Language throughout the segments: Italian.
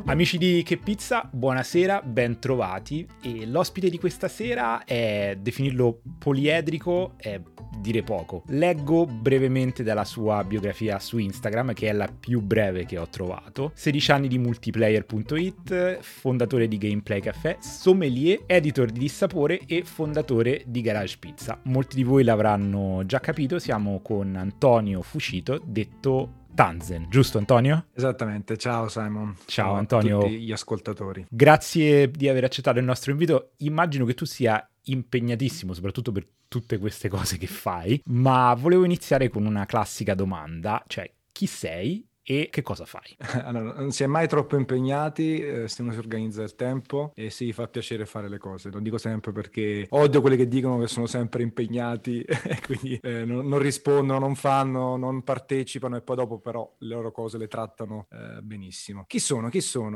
Amici di Che Pizza, buonasera, ben trovati. E l'ospite di questa sera è, definirlo poliedrico, è dire poco. Leggo brevemente dalla sua biografia su Instagram, che è la più breve che ho trovato. 16 anni di multiplayer.it, fondatore di Gameplay Café, sommelier, editor di Dissapore e fondatore di Garage Pizza. Molti di voi l'avranno già capito, siamo con Antonio Fucito, detto Tanzen, giusto Antonio? Esattamente, ciao Simon. Ciao Antonio. A tutti gli ascoltatori. Grazie di aver accettato il nostro invito. Immagino che tu sia impegnatissimo, soprattutto per tutte queste cose che fai, ma volevo iniziare con una classica domanda, cioè chi sei e che cosa fai? Allora, non si è mai troppo impegnati se uno si organizza il tempo e si fa piacere fare le cose. Lo dico sempre perché odio quelli che dicono che sono sempre impegnati e quindi non rispondono, non fanno, non partecipano e poi dopo però le loro cose le trattano benissimo. Chi sono?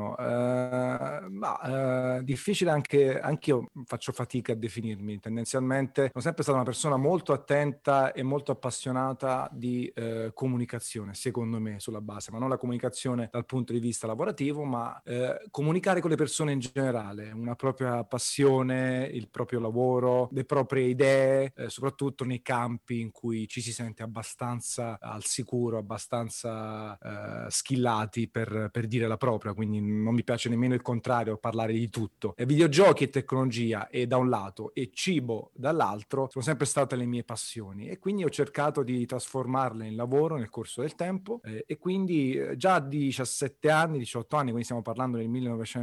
Difficile anch'io faccio fatica a definirmi. Tendenzialmente sono sempre stata una persona molto attenta e molto appassionata di comunicazione, secondo me, sulla base, ma non la comunicazione dal punto di vista lavorativo, ma comunicare con le persone in generale, una propria passione, il proprio lavoro, le proprie idee, soprattutto nei campi in cui ci si sente abbastanza al sicuro, abbastanza skillati per dire la propria, quindi non mi piace nemmeno il contrario, parlare di tutto. Videogiochi e tecnologia e da un lato e cibo dall'altro sono sempre state le mie passioni e quindi ho cercato di trasformarle in lavoro nel corso del tempo e quindi già a 17 anni, 18 anni, quindi stiamo parlando del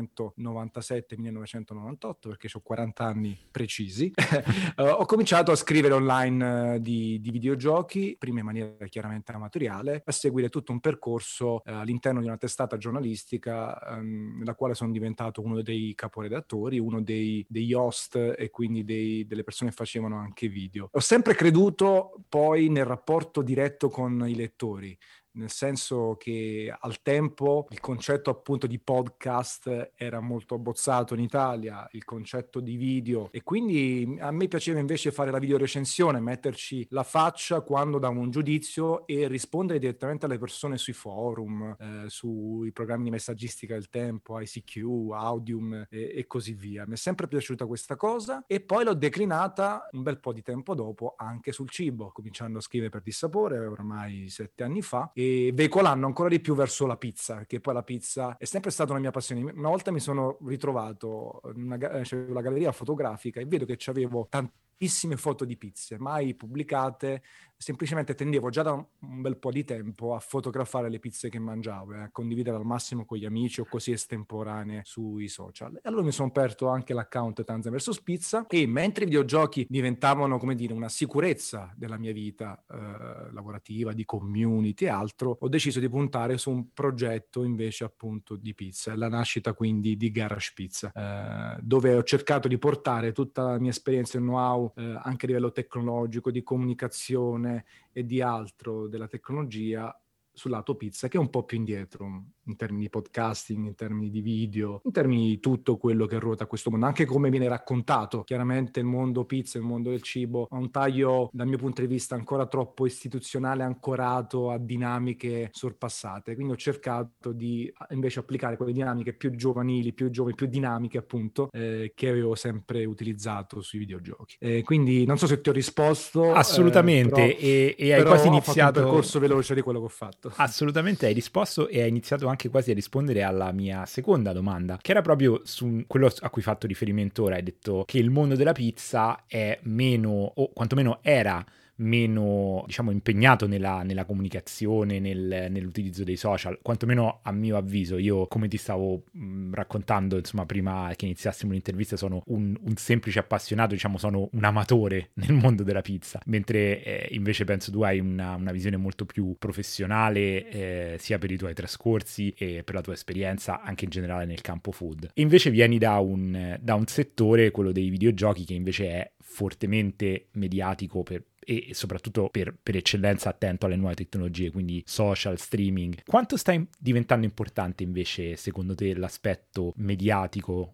1997-1998 perché ho 40 anni precisi, ho cominciato a scrivere online di videogiochi, prima in maniera chiaramente amatoriale, a seguire tutto un percorso all'interno di una testata giornalistica nella quale sono diventato uno dei caporedattori, uno degli host e quindi delle persone che facevano anche video. Ho sempre creduto poi nel rapporto diretto con i lettori, nel senso che al tempo il concetto appunto di podcast era molto abbozzato in Italia, il concetto di video, e quindi a me piaceva invece fare la videorecensione, metterci la faccia quando davo un giudizio e rispondere direttamente alle persone sui forum, sui programmi di messaggistica del tempo, ICQ, Audium e così via. Mi è sempre piaciuta questa cosa e poi l'ho declinata un bel po' di tempo dopo anche sul cibo, cominciando a scrivere per Dissapore ormai 7 anni fa e veicolando ancora di più verso la pizza, perché poi la pizza è sempre stata una mia passione. Una volta mi sono ritrovato c'avevo la galleria fotografica e vedo che c'avevo tantissime foto di pizze mai pubblicate, semplicemente tendevo già da un bel po' di tempo a fotografare le pizze che mangiavo e a condividere al massimo con gli amici o così estemporanee sui social. E allora mi sono aperto anche l'account Tanzen vs Pizza e mentre i videogiochi diventavano, come dire, una sicurezza della mia vita lavorativa, di community e altro, ho deciso di puntare su un progetto invece appunto di pizza, la nascita quindi di Garage Pizza, dove ho cercato di portare tutta la mia esperienza e know-how anche a livello tecnologico, di comunicazione e di altro della tecnologia sul lato pizza, che è un po' più indietro in termini di podcasting, in termini di video, in termini di tutto quello che ruota questo mondo, anche come viene raccontato. Chiaramente il mondo pizza, il mondo del cibo ha un taglio dal mio punto di vista ancora troppo istituzionale, ancorato a dinamiche sorpassate, quindi ho cercato di invece applicare quelle dinamiche più giovanili, più dinamiche appunto, che avevo sempre utilizzato sui videogiochi. Quindi non so se ti ho risposto. Assolutamente, e hai quasi iniziato... Ho fatto un percorso veloce di quello che ho fatto. Assolutamente, hai risposto e hai iniziato anche quasi a rispondere alla mia seconda domanda, che era proprio su quello a cui hai fatto riferimento ora. Hai detto che il mondo della pizza è meno, o quantomeno era meno, diciamo, impegnato nella comunicazione, nell'utilizzo dei social, quantomeno a mio avviso. Io, come ti stavo raccontando, insomma, prima che iniziassimo l'intervista, sono un semplice appassionato, diciamo, sono un amatore nel mondo della pizza, mentre invece penso tu hai una visione molto più professionale, sia per i tuoi trascorsi e per la tua esperienza anche in generale nel campo food. E invece vieni da un settore, quello dei videogiochi, che invece è fortemente mediatico e soprattutto per eccellenza attento alle nuove tecnologie, quindi social, streaming. Quanto sta diventando importante invece secondo te l'aspetto mediatico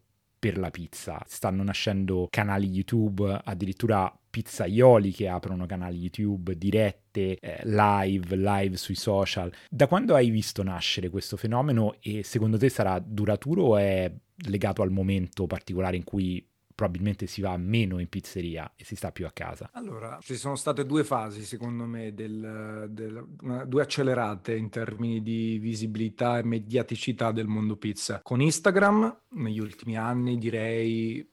per la pizza. Stanno nascendo canali YouTube, addirittura pizzaioli che aprono canali YouTube, dirette, live sui social. Da quando hai visto nascere questo fenomeno e secondo te sarà duraturo o è legato al momento particolare in cui probabilmente si va meno in pizzeria e si sta più a casa? Allora, ci sono state due fasi, secondo me, due accelerate in termini di visibilità e mediaticità del mondo pizza. Con Instagram, negli ultimi anni, direi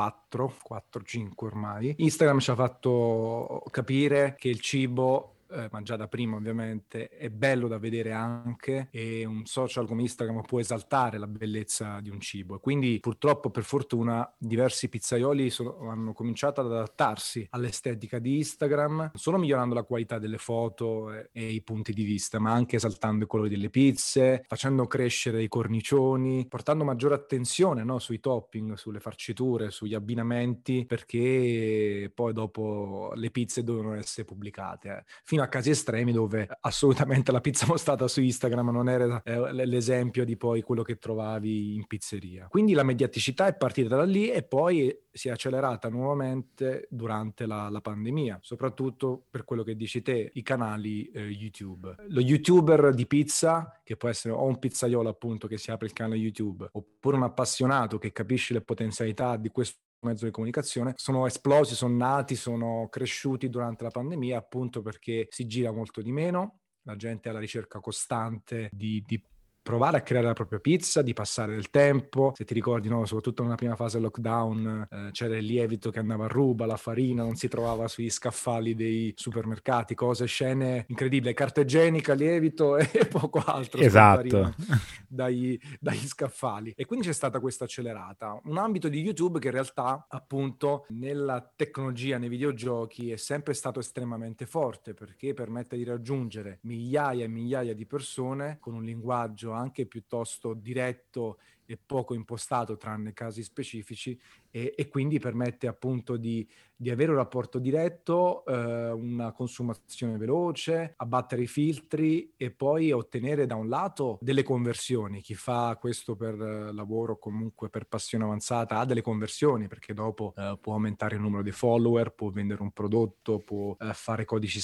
4-5 ormai, Instagram ci ha fatto capire che il cibo, ma già da prima ovviamente, è bello da vedere anche, e un social come Instagram può esaltare la bellezza di un cibo. E quindi purtroppo, per fortuna, diversi pizzaioli hanno cominciato ad adattarsi all'estetica di Instagram, non solo migliorando la qualità delle foto e i punti di vista, ma anche esaltando i colori delle pizze, facendo crescere i cornicioni, portando maggiore attenzione, no, sui topping, sulle farciture, sugli abbinamenti, perché poi dopo le pizze dovevano essere pubblicate, fino a casi estremi dove assolutamente la pizza mostrata su Instagram non era l'esempio di poi quello che trovavi in pizzeria. Quindi la mediaticità è partita da lì e poi si è accelerata nuovamente durante la pandemia, soprattutto per quello che dici te, i canali YouTube. Lo YouTuber di pizza, che può essere o un pizzaiolo appunto che si apre il canale YouTube, oppure un appassionato che capisce le potenzialità di questo mezzo di comunicazione, sono esplosi, sono nati, sono cresciuti durante la pandemia, appunto perché si gira molto di meno, la gente è alla ricerca costante di provare a creare la propria pizza, di passare del tempo. Se ti ricordi, no, soprattutto nella prima fase del lockdown, c'era il lievito che andava a ruba, la farina non si trovava sugli scaffali dei supermercati, cose, scene incredibili, carta igienica, lievito e poco altro Esatto. dagli scaffali. E quindi c'è stata questa accelerata, un ambito di YouTube che in realtà appunto nella tecnologia, nei videogiochi è sempre stato estremamente forte, perché permette di raggiungere migliaia e migliaia di persone con un linguaggio anche piuttosto diretto e poco impostato, tranne casi specifici, e quindi permette appunto di avere un rapporto diretto, una consumazione veloce, abbattere i filtri e poi ottenere da un lato delle conversioni. Chi fa questo per lavoro, comunque per passione avanzata, ha delle conversioni, perché dopo può aumentare il numero dei follower, può vendere un prodotto, può fare codici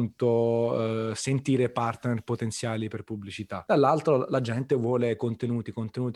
sconto, sentire partner potenziali per pubblicità. Dall'altro la gente vuole contenuti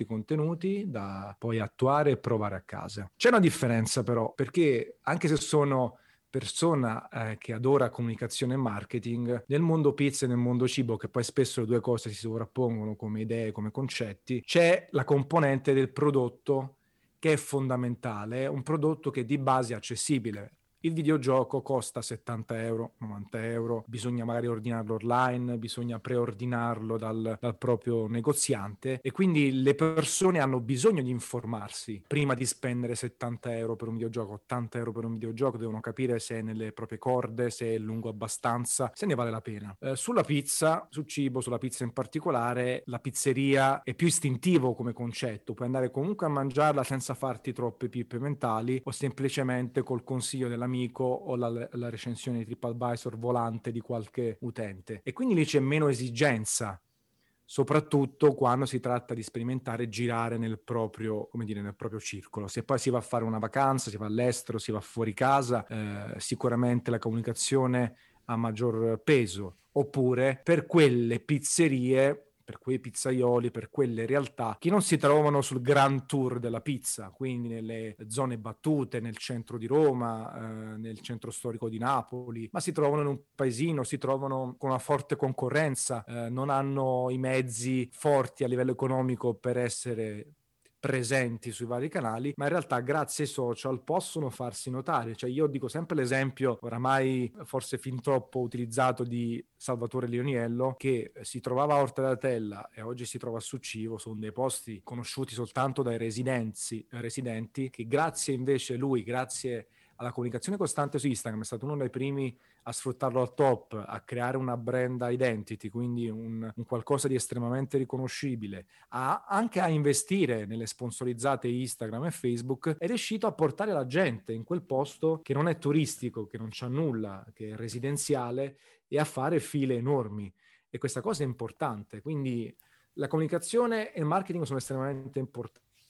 da poi attuare e provare a casa. C'è una differenza però, perché anche se sono persona che adora comunicazione e marketing, nel mondo pizza e nel mondo cibo, che poi spesso le due cose si sovrappongono come idee, come concetti, c'è la componente del prodotto che è fondamentale, un prodotto che di base è accessibile. Il videogioco costa 70 euro, 90 euro, bisogna magari ordinarlo online, bisogna preordinarlo dal proprio negoziante, e quindi le persone hanno bisogno di informarsi prima di spendere 70 euro per un videogioco, 80 euro per un videogioco, devono capire se è nelle proprie corde, se è lungo abbastanza, se ne vale la pena. Sulla pizza, sul cibo, sulla pizza in particolare, la pizzeria è più istintivo come concetto, puoi andare comunque a mangiarla senza farti troppe pippe mentali, o semplicemente col consiglio dell'amico o la recensione di TripAdvisor volante di qualche utente, e quindi lì c'è meno esigenza, soprattutto quando si tratta di sperimentare e girare nel proprio, come dire, nel proprio circolo. Se poi si va a fare una vacanza, si va all'estero, si va fuori casa, sicuramente la comunicazione ha maggior peso. Oppure per quelle pizzerie, per quei pizzaioli, per quelle realtà che non si trovano sul Grand Tour della pizza, quindi nelle zone battute, nel centro di Roma, nel centro storico di Napoli, ma si trovano in un paesino, si trovano con una forte concorrenza, non hanno i mezzi forti a livello economico per essere presenti sui vari canali, ma in realtà grazie ai social possono farsi notare. Cioè, io dico sempre l'esempio oramai forse fin troppo utilizzato di Salvatore Leoniello, che si trovava a Orta della Tella e oggi si trova a Succivo, sono dei posti conosciuti soltanto dai residenti, che grazie invece lui, grazie alla comunicazione costante su Instagram, è stato uno dei primi a sfruttarlo al top, a creare una brand identity, quindi un qualcosa di estremamente riconoscibile, anche a investire nelle sponsorizzate Instagram e Facebook, è riuscito a portare la gente in quel posto che non è turistico, che non c'ha nulla, che è residenziale, e a fare file enormi. E questa cosa è importante. Quindi la comunicazione e il marketing sono estremamente importanti.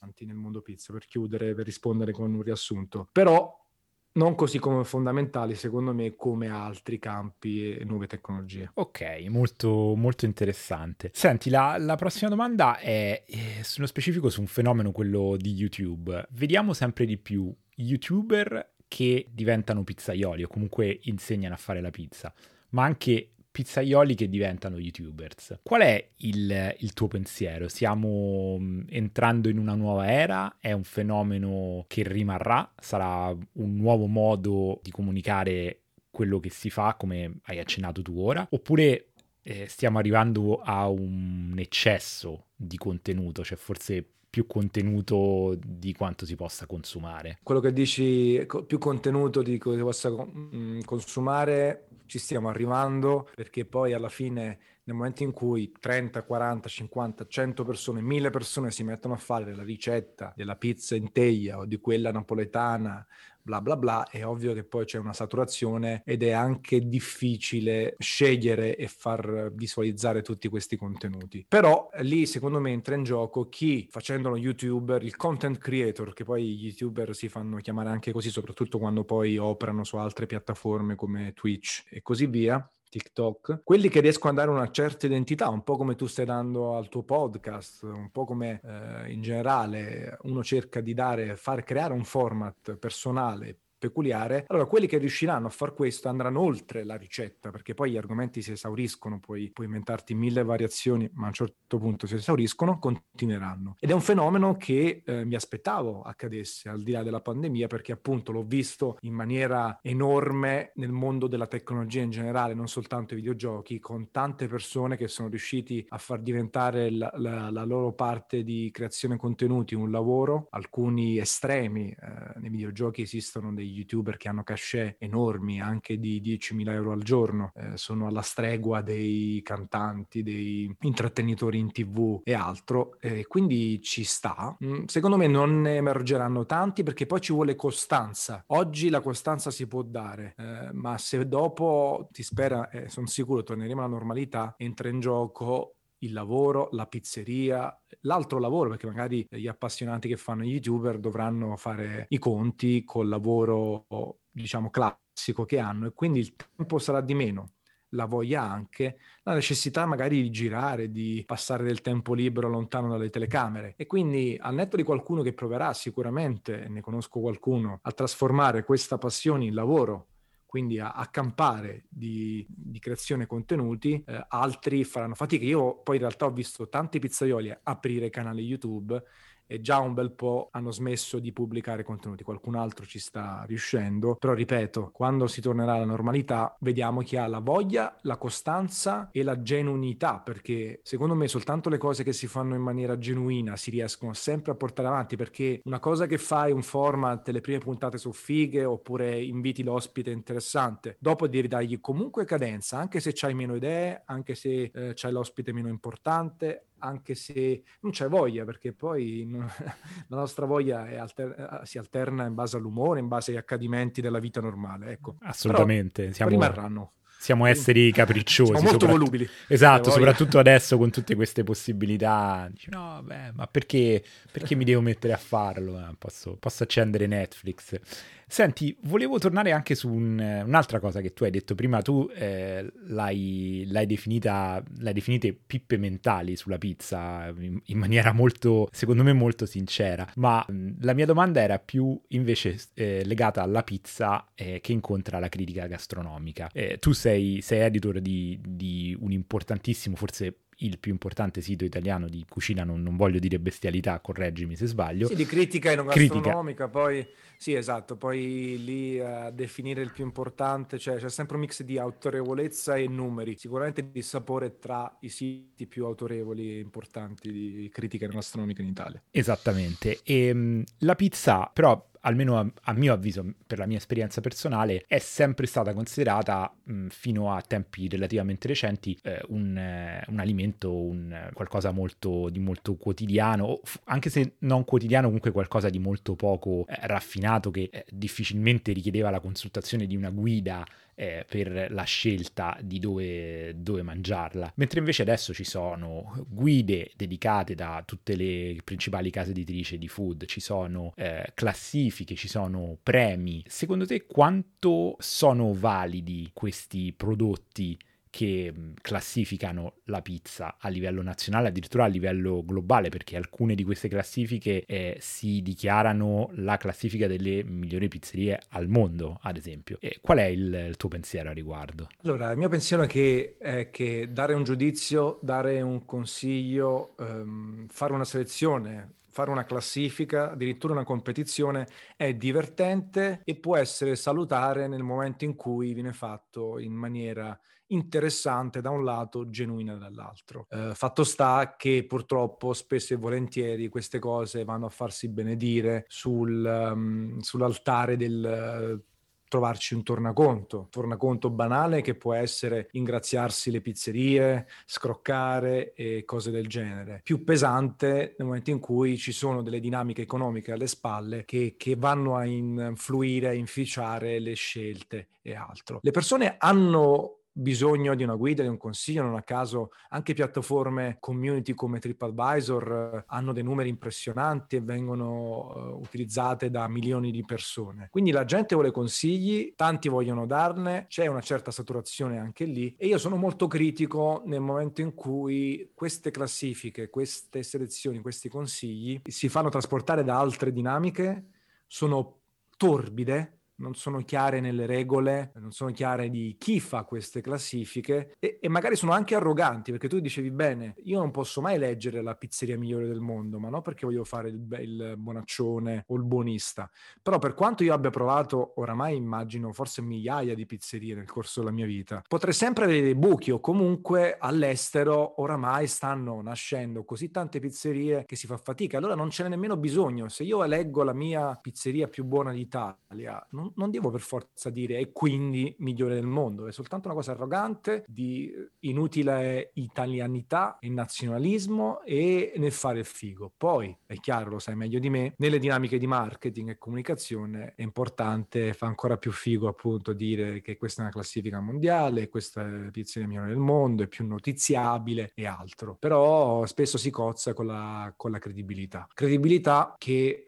importanti nel mondo pizza, per chiudere, per rispondere con un riassunto. Però non così come fondamentali, secondo me, come altri campi e nuove tecnologie. Ok, molto, molto interessante. Senti, la prossima domanda è sullo specifico su un fenomeno, quello di YouTube. Vediamo sempre di più YouTuber che diventano pizzaioli o comunque insegnano a fare la pizza, ma anche pizzaioli che diventano YouTubers. Qual è il tuo pensiero? Stiamo entrando in una nuova era? È un fenomeno che rimarrà? Sarà un nuovo modo di comunicare quello che si fa, come hai accennato tu ora? Oppure stiamo arrivando a un eccesso di contenuto, cioè forse più contenuto di quanto si possa consumare? Quello che dici, più contenuto di cosa si possa consumare, ci stiamo arrivando, perché poi alla fine, nel momento in cui 30, 40, 50, 100 persone, 1000 persone si mettono a fare la ricetta della pizza in teglia o di quella napoletana, bla bla bla, è ovvio che poi c'è una saturazione ed è anche difficile scegliere e far visualizzare tutti questi contenuti. Però lì secondo me entra in gioco chi, facendolo YouTuber, il content creator, che poi gli YouTuber si fanno chiamare anche così, soprattutto quando poi operano su altre piattaforme come Twitch e così via, TikTok, quelli che riescono a dare una certa identità, un po' come tu stai dando al tuo podcast, un po' come in generale uno cerca di far creare un format personale, peculiare. Allora quelli che riusciranno a far questo andranno oltre la ricetta, perché poi gli argomenti si esauriscono, puoi inventarti 1000 variazioni, ma a un certo punto si esauriscono, continueranno. Ed è un fenomeno che mi aspettavo accadesse al di là della pandemia, perché appunto l'ho visto in maniera enorme nel mondo della tecnologia in generale, non soltanto i videogiochi, con tante persone che sono riusciti a far diventare la loro parte di creazione contenuti un lavoro, alcuni estremi. Nei videogiochi esistono dei YouTuber che hanno cachet enormi, anche di 10.000 euro al giorno, sono alla stregua dei cantanti, dei intrattenitori in TV e altro, quindi ci sta. Secondo me non ne emergeranno tanti, perché poi ci vuole costanza. Oggi la costanza si può dare, ma se dopo, si spera, sono sicuro, torneremo alla normalità, entra in gioco il lavoro, la pizzeria, l'altro lavoro, perché magari gli appassionati che fanno gli YouTuber dovranno fare i conti col lavoro, diciamo, classico che hanno, e quindi il tempo sarà di meno, la voglia anche, la necessità magari di girare, di passare del tempo libero lontano dalle telecamere. E quindi, al netto di qualcuno che proverà sicuramente, ne conosco qualcuno, a trasformare questa passione in lavoro, quindi a campare di creazione contenuti, altri faranno fatica. Io poi in realtà ho visto tanti pizzaioli aprire canali YouTube e già un bel po' hanno smesso di pubblicare contenuti, qualcun altro ci sta riuscendo, però ripeto, quando si tornerà alla normalità vediamo chi ha la voglia, la costanza e la genuinità, perché secondo me soltanto le cose che si fanno in maniera genuina si riescono sempre a portare avanti, perché una cosa che fai un format, le prime puntate su fighe, oppure inviti l'ospite interessante, dopo devi dargli comunque cadenza, anche se c'hai meno idee, anche se c'hai l'ospite meno importante, anche se non c'è voglia, perché poi la nostra voglia si alterna in base all'umore, in base agli accadimenti della vita normale, ecco. Assolutamente, però rimarranno. Siamo esseri capricciosi. Siamo molto volubili. Esatto, soprattutto adesso con tutte queste possibilità. Dici, no, beh, ma perché mi devo mettere a farlo? Posso accendere Netflix. Senti, volevo tornare anche su un'altra cosa che tu hai detto prima. Tu l'hai definite pippe mentali sulla pizza in maniera molto, secondo me, molto sincera. Ma la mia domanda era più invece legata alla pizza che incontra la critica gastronomica. Tu sei editor di un importantissimo, forse il più importante sito italiano di cucina, non voglio dire bestialità, correggimi se sbaglio. Sì, di critica enogastronomica, poi sì, esatto, poi lì a definire il più importante, cioè c'è sempre un mix di autorevolezza e numeri, sicuramente di sapore tra i siti più autorevoli e importanti di critica enogastronomica in Italia. Esattamente, e la pizza però, almeno a mio avviso, per la mia esperienza personale, è sempre stata considerata fino a tempi relativamente recenti un alimento, qualcosa di molto quotidiano, anche se non quotidiano, comunque qualcosa di molto poco raffinato, che difficilmente richiedeva la consultazione di una guida per la scelta di dove mangiarla, mentre invece adesso ci sono guide dedicate da tutte le principali case editrici di food, ci sono classifiche, ci sono premi. Secondo te quanto sono validi questi prodotti che classificano la pizza a livello nazionale, addirittura a livello globale, perché alcune di queste classifiche si dichiarano la classifica delle migliori pizzerie al mondo, ad esempio? Qual è il tuo pensiero a riguardo? Allora, il mio pensiero è che dare un giudizio, dare un consiglio, fare una selezione, fare una classifica, addirittura una competizione, è divertente e può essere salutare nel momento in cui viene fatto in maniera interessante da un lato, genuina dall'altro. Fatto sta che purtroppo spesso e volentieri queste cose vanno a farsi benedire sull'altare del trovarci un tornaconto banale che può essere ingraziarsi le pizzerie, scroccare e cose del genere. Più pesante nel momento in cui ci sono delle dinamiche economiche alle spalle che vanno a influire, a inficiare le scelte e altro. Le persone hanno bisogno di una guida, di un consiglio, non a caso anche piattaforme community come TripAdvisor hanno dei numeri impressionanti e vengono utilizzate da milioni di persone. Quindi la gente vuole consigli, tanti vogliono darne, c'è una certa saturazione anche lì e io sono molto critico nel momento in cui queste classifiche, queste selezioni, questi consigli si fanno trasportare da altre dinamiche, sono torbide, non sono chiare nelle regole, non sono chiare di chi fa queste classifiche e magari sono anche arroganti, perché tu dicevi bene, io non posso mai leggere la pizzeria migliore del mondo, ma non perché voglio fare il bonaccione o il buonista, però per quanto io abbia provato oramai immagino forse migliaia di pizzerie nel corso della mia vita, potrei sempre avere dei buchi o comunque all'estero oramai stanno nascendo così tante pizzerie che si fa fatica, allora non ce n'è nemmeno bisogno. Se io eleggo la mia pizzeria più buona d'Italia, non devo per forza dire e quindi migliore del mondo, è soltanto una cosa arrogante di inutile italianità e nazionalismo e nel fare il figo. Poi è chiaro, lo sai meglio di me, nelle dinamiche di marketing e comunicazione è importante, fa ancora più figo appunto dire che questa è una classifica mondiale, questa è la pizzeria migliore del mondo, è più notiziabile e altro, però spesso si cozza con la credibilità che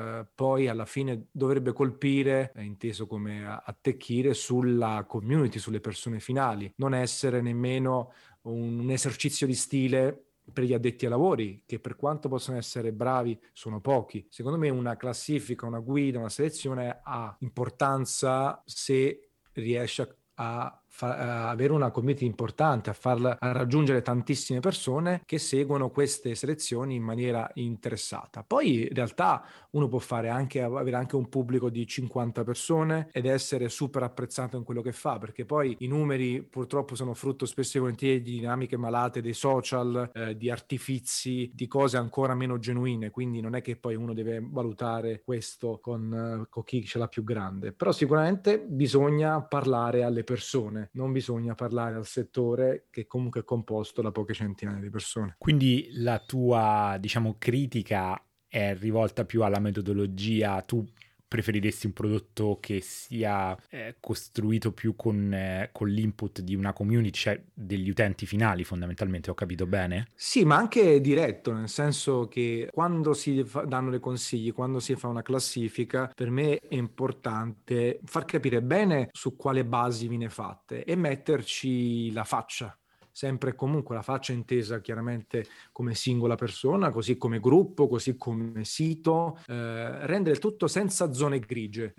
poi alla fine dovrebbe colpire, inteso come attecchire sulla community, sulle persone finali, non essere nemmeno un esercizio di stile per gli addetti ai lavori, che per quanto possono essere bravi sono pochi. Secondo me una classifica, una guida, una selezione ha importanza se riesce a avere una community importante, a raggiungere tantissime persone che seguono queste selezioni in maniera interessata. Poi in realtà uno può avere anche un pubblico di 50 persone ed essere super apprezzato in quello che fa, perché poi i numeri purtroppo sono frutto spesso e volentieri di dinamiche malate dei social, di artifizi, di cose ancora meno genuine, quindi non è che poi uno deve valutare questo con chi ce l'ha più grande, però sicuramente bisogna parlare alle persone, non bisogna parlare al settore che comunque è composto da poche centinaia di persone. Quindi la tua, diciamo, critica è rivolta più alla metodologia, tu preferiresti un prodotto che sia costruito più con l'input di una community, cioè degli utenti finali fondamentalmente, ho capito bene? Sì, ma anche diretto, nel senso che quando danno dei consigli, quando si fa una classifica, per me è importante far capire bene su quale basi viene fatte e metterci la faccia. Sempre e comunque la faccia intesa chiaramente come singola persona, così come gruppo, così come sito, rendere tutto senza zone grigie,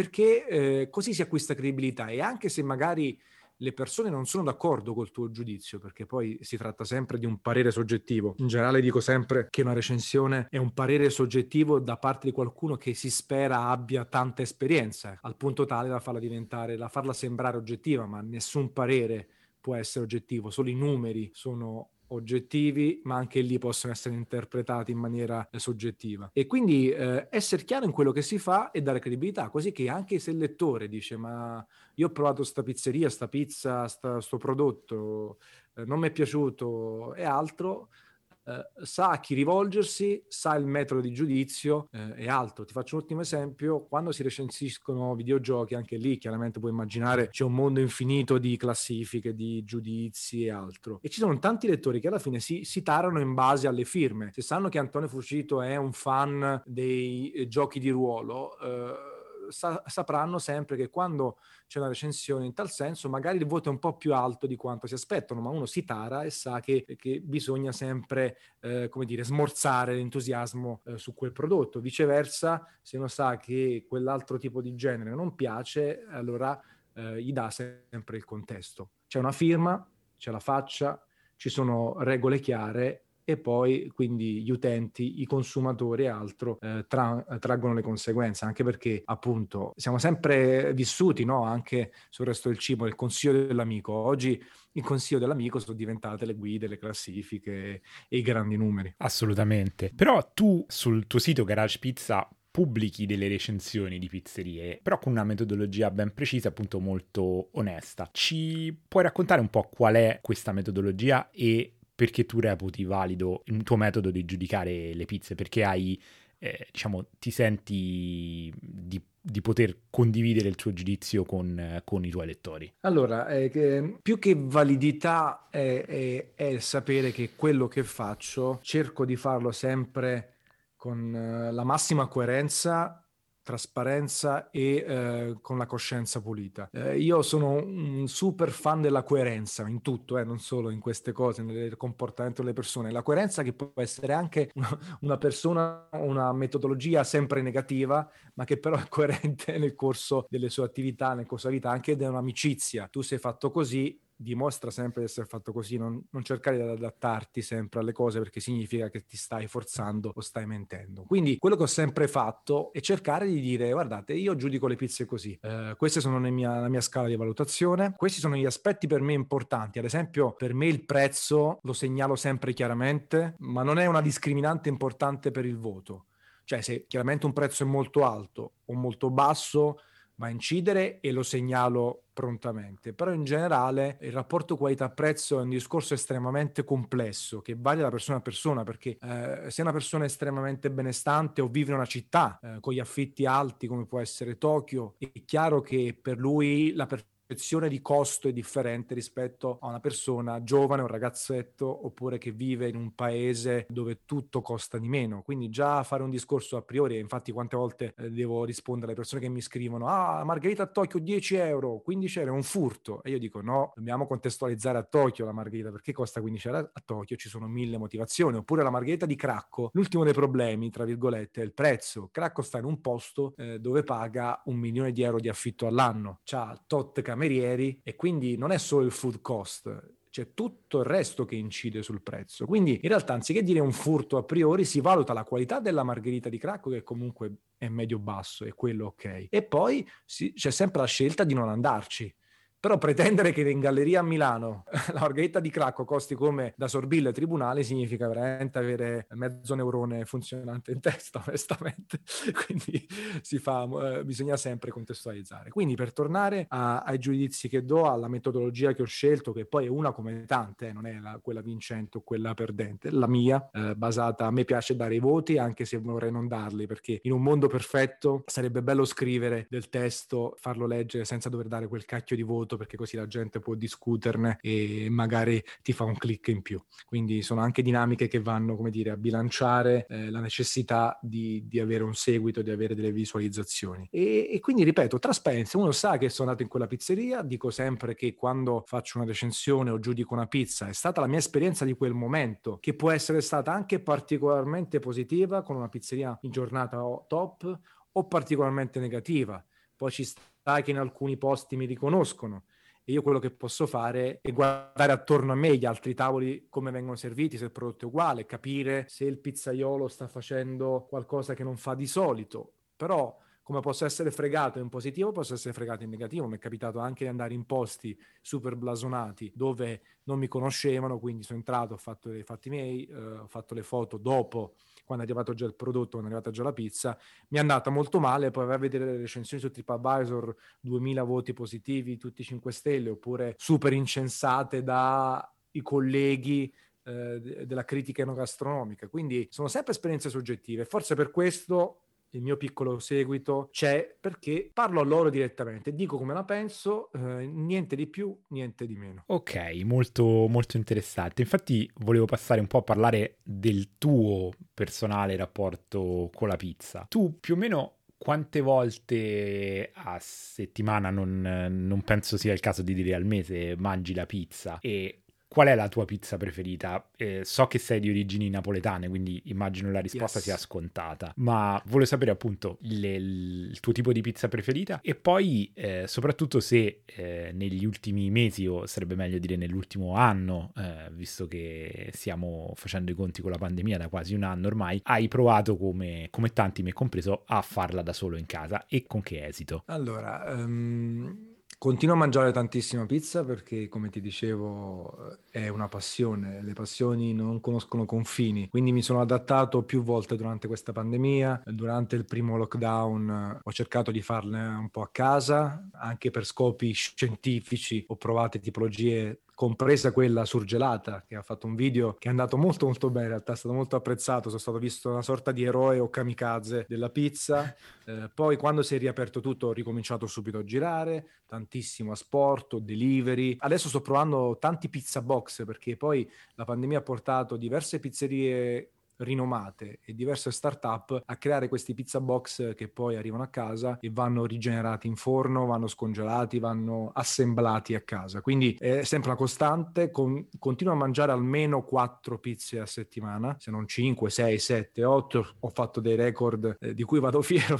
perché così si acquista credibilità e anche se magari le persone non sono d'accordo col tuo giudizio, perché poi si tratta sempre di un parere soggettivo. In generale dico sempre che una recensione è un parere soggettivo da parte di qualcuno che si spera abbia tanta esperienza, al punto tale da farla sembrare oggettiva, ma nessun parere può essere oggettivo, solo i numeri sono oggettivi, ma anche lì possono essere interpretati in maniera soggettiva. E quindi essere chiaro in quello che si fa e dare credibilità, così che anche se il lettore dice ma io ho provato sta pizzeria, sta pizza, sto prodotto, non mi è piaciuto e altro, sa a chi rivolgersi, sa il metodo di giudizio e altro. Ti faccio un ultimo esempio: quando si recensiscono videogiochi, anche lì chiaramente puoi immaginare c'è un mondo infinito di classifiche, di giudizi e altro, e ci sono tanti lettori che alla fine si tarano in base alle firme. Se sanno che Antonio Fucito è un fan dei giochi di ruolo, sapranno sempre che quando c'è una recensione in tal senso magari il voto è un po' più alto di quanto si aspettano, ma uno si tara e sa che bisogna sempre come dire, smorzare l'entusiasmo su quel prodotto. Viceversa, se uno sa che quell'altro tipo di genere non piace, allora gli dà sempre il contesto. C'è una firma, c'è la faccia, ci sono regole chiare, e poi quindi gli utenti, i consumatori e altro traggono le conseguenze, anche perché appunto siamo sempre vissuti, no? Anche sul resto del cibo, il consiglio dell'amico. Oggi il consiglio dell'amico sono diventate le guide, le classifiche e i grandi numeri. Assolutamente. Però tu sul tuo sito Garage Pizza pubblichi delle recensioni di pizzerie, però con una metodologia ben precisa, appunto molto onesta. Ci puoi raccontare un po' qual è questa metodologia e perché tu reputi valido il tuo metodo di giudicare le pizze? Perché hai, diciamo, ti senti di poter condividere il tuo giudizio con i tuoi lettori? Allora, più che validità è sapere che quello che faccio cerco di farlo sempre con la massima coerenza, trasparenza e con la coscienza pulita. Io sono un super fan della coerenza in tutto, non solo in queste cose, nel comportamento delle persone. La coerenza che può essere anche una persona, una metodologia sempre negativa, ma che però è coerente nel corso delle sue attività, nel corso della vita, anche di un'amicizia. Tu sei fatto così, dimostra sempre di essere fatto così, non cercare di adattarti sempre alle cose, perché significa che ti stai forzando o stai mentendo. Quindi quello che ho sempre fatto è cercare di dire: guardate, io giudico le pizze così, queste sono la mia scala di valutazione, questi sono gli aspetti per me importanti. Ad esempio, per me il prezzo lo segnalo sempre chiaramente, ma non è una discriminante importante per il voto. Cioè, se chiaramente un prezzo è molto alto o molto basso, va a incidere e lo segnalo prontamente. Però in generale il rapporto qualità-prezzo è un discorso estremamente complesso che varia da persona a persona, perché se una persona è estremamente benestante o vive in una città con gli affitti alti come può essere Tokyo, è chiaro che per lui la percezione di costo è differente rispetto a una persona giovane, un ragazzetto, oppure che vive in un paese dove tutto costa di meno. Quindi già fare un discorso a priori, infatti quante volte devo rispondere alle persone che mi scrivono: ah, margherita a Tokyo 10 euro, 15 euro è un furto, e io dico no, dobbiamo contestualizzare a Tokyo la margherita, perché costa 15 euro a Tokyo, ci sono 1000 motivazioni. Oppure la margherita di Cracco, l'ultimo dei problemi tra virgolette è il prezzo. Cracco sta in un posto dove paga 1 milione di euro di affitto all'anno, c'ha tot camerieri, e quindi non è solo il food cost, c'è tutto il resto che incide sul prezzo. Quindi in realtà, anziché dire un furto a priori, si valuta la qualità della margherita di Cracco, che comunque è medio-basso, è quello ok, e poi c'è sempre la scelta di non andarci. Però pretendere che in galleria a Milano la margherita di Cracco costi come da Sorbille Tribunale significa veramente avere mezzo neurone funzionante in testa, onestamente. Quindi bisogna sempre contestualizzare. Quindi, per tornare ai giudizi che do, alla metodologia che ho scelto, che poi è una come tante, non è quella vincente o quella perdente, la mia, basata, a me piace dare i voti, anche se vorrei non darli, perché in un mondo perfetto sarebbe bello scrivere del testo, farlo leggere senza dover dare quel cacchio di voto, perché così la gente può discuterne e magari ti fa un click in più. Quindi sono anche dinamiche che vanno, come dire, a bilanciare la necessità di avere un seguito, di avere delle visualizzazioni. E quindi, ripeto, trasparenza. Uno sa che sono andato in quella pizzeria, dico sempre che quando faccio una recensione o giudico una pizza è stata la mia esperienza di quel momento, che può essere stata anche particolarmente positiva con una pizzeria in giornata top, o particolarmente negativa. Poi ci sta che in alcuni posti mi riconoscono, e io quello che posso fare è guardare attorno a me gli altri tavoli, come vengono serviti, se il prodotto è uguale, capire se il pizzaiolo sta facendo qualcosa che non fa di solito. Però, come posso essere fregato in positivo, posso essere fregato in negativo. Mi è capitato anche di andare in posti super blasonati dove non mi conoscevano, quindi sono entrato, ho fatto i fatti miei, ho fatto le foto dopo, quando è arrivato già il prodotto, quando è arrivata già la pizza. Mi è andata molto male, poi vai a vedere le recensioni su TripAdvisor, 2000 voti positivi, tutti 5 stelle, oppure super incensate dai colleghi della critica enogastronomica, quindi sono sempre esperienze soggettive. Forse per questo il mio piccolo seguito c'è, perché parlo a loro direttamente, dico come la penso, niente di più, niente di meno. Ok, molto, molto interessante. Infatti volevo passare un po' a parlare del tuo personale rapporto con la pizza. Tu più o meno quante volte a settimana, non penso sia il caso di dire al mese, mangi la pizza? E qual è la tua pizza preferita? So che sei di origini napoletane, quindi immagino la risposta sia scontata, ma volevo sapere appunto il tuo tipo di pizza preferita e poi soprattutto se negli ultimi mesi, o sarebbe meglio dire nell'ultimo anno, visto che stiamo facendo i conti con la pandemia da quasi un anno ormai, hai provato come tanti, me compreso, a farla da solo in casa e con che esito? Allora, continuo a mangiare tantissima pizza perché, come ti dicevo, è una passione. Le passioni non conoscono confini, quindi mi sono adattato più volte durante questa pandemia. Durante il primo lockdown ho cercato di farle un po' a casa, anche per scopi scientifici. Ho provato tipologie, compresa quella surgelata, che ha fatto un video che è andato molto molto bene, in realtà è stato molto apprezzato, sono stato visto una sorta di eroe o kamikaze della pizza. Poi quando si è riaperto tutto ho ricominciato subito a girare, tantissimo a sport, delivery. Adesso sto provando tanti pizza box, perché poi la pandemia ha portato diverse pizzerie rinomate e diverse start-up a creare questi pizza box che poi arrivano a casa e vanno rigenerati in forno, vanno scongelati, vanno assemblati a casa. Quindi è sempre una costante, continuo a mangiare almeno 4 pizze a settimana, se non 5, 6, 7, 8. Ho fatto dei record di cui vado fiero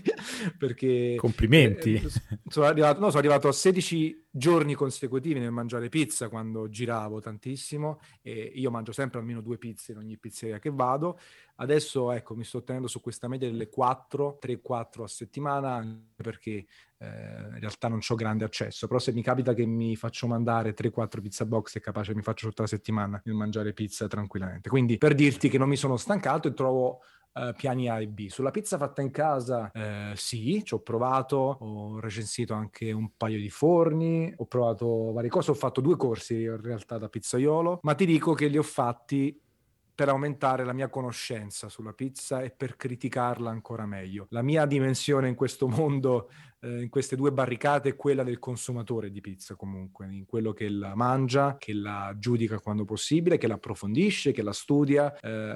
perché Complimenti! sono arrivato a 16 giorni consecutivi nel mangiare pizza quando giravo tantissimo, e io mangio sempre almeno 2 pizze in ogni pizzeria che vado. Adesso ecco, mi sto tenendo su questa media delle 3-4 a settimana, perché in realtà non ho grande accesso, però se mi capita che mi faccio mandare 3-4 pizza box è capace mi faccio tutta la settimana nel mangiare pizza tranquillamente. Quindi per dirti che non mi sono stancato e trovo piani A e B. Sulla pizza fatta in casa, sì, ci ho provato, ho recensito anche un paio di forni, ho provato varie cose, ho fatto 2 corsi in realtà da pizzaiolo, ma ti dico che li ho fatti per aumentare la mia conoscenza sulla pizza e per criticarla ancora meglio. La mia dimensione in questo mondo, in queste 2 barricate, è quella del consumatore di pizza, comunque, in quello che la mangia, che la giudica quando possibile, che la approfondisce, che la studia,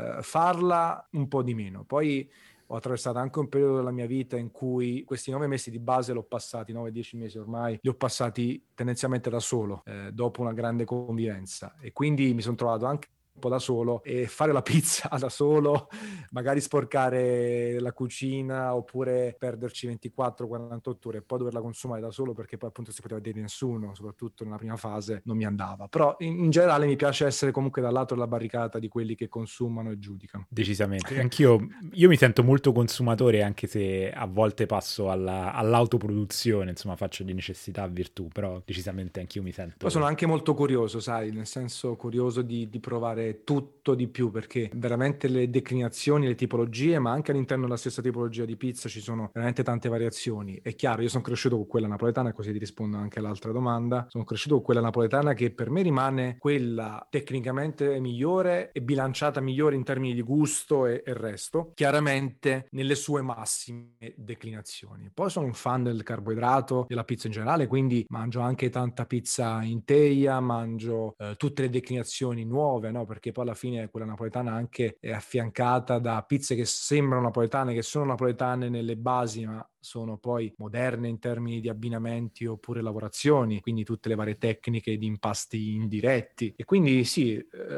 farla un po' di meno. Poi ho attraversato anche un periodo della mia vita in cui questi 9 mesi di base l'ho passati, 9-10 mesi ormai, li ho passati tendenzialmente da solo, dopo una grande convivenza, e quindi mi sono trovato anche un po' da solo, e fare la pizza da solo, magari sporcare la cucina oppure perderci 24-48 ore e poi doverla consumare da solo, perché poi appunto si poteva vedere nessuno, soprattutto nella prima fase, non mi andava. Però in generale mi piace essere comunque dal lato della barricata di quelli che consumano e giudicano. Decisamente, io mi sento molto consumatore, anche se a volte passo all'autoproduzione, insomma faccio di necessità virtù, però decisamente anch'io mi sento... Poi sono anche molto curioso, sai, nel senso curioso di provare tutto di più, perché veramente le declinazioni, le tipologie, ma anche all'interno della stessa tipologia di pizza ci sono veramente tante variazioni. È chiaro, io sono cresciuto con quella napoletana, così ti rispondo anche all'altra domanda. Sono cresciuto con quella napoletana che per me rimane quella tecnicamente migliore e bilanciata migliore in termini di gusto e resto, chiaramente nelle sue massime declinazioni. Poi sono un fan del carboidrato, della pizza in generale, quindi mangio anche tanta pizza in teglia, mangio tutte le declinazioni nuove, no? Perché poi alla fine quella napoletana anche è affiancata da pizze che sembrano napoletane, che sono napoletane nelle basi, ma sono poi moderne in termini di abbinamenti oppure lavorazioni, quindi tutte le varie tecniche di impasti indiretti. E quindi sì,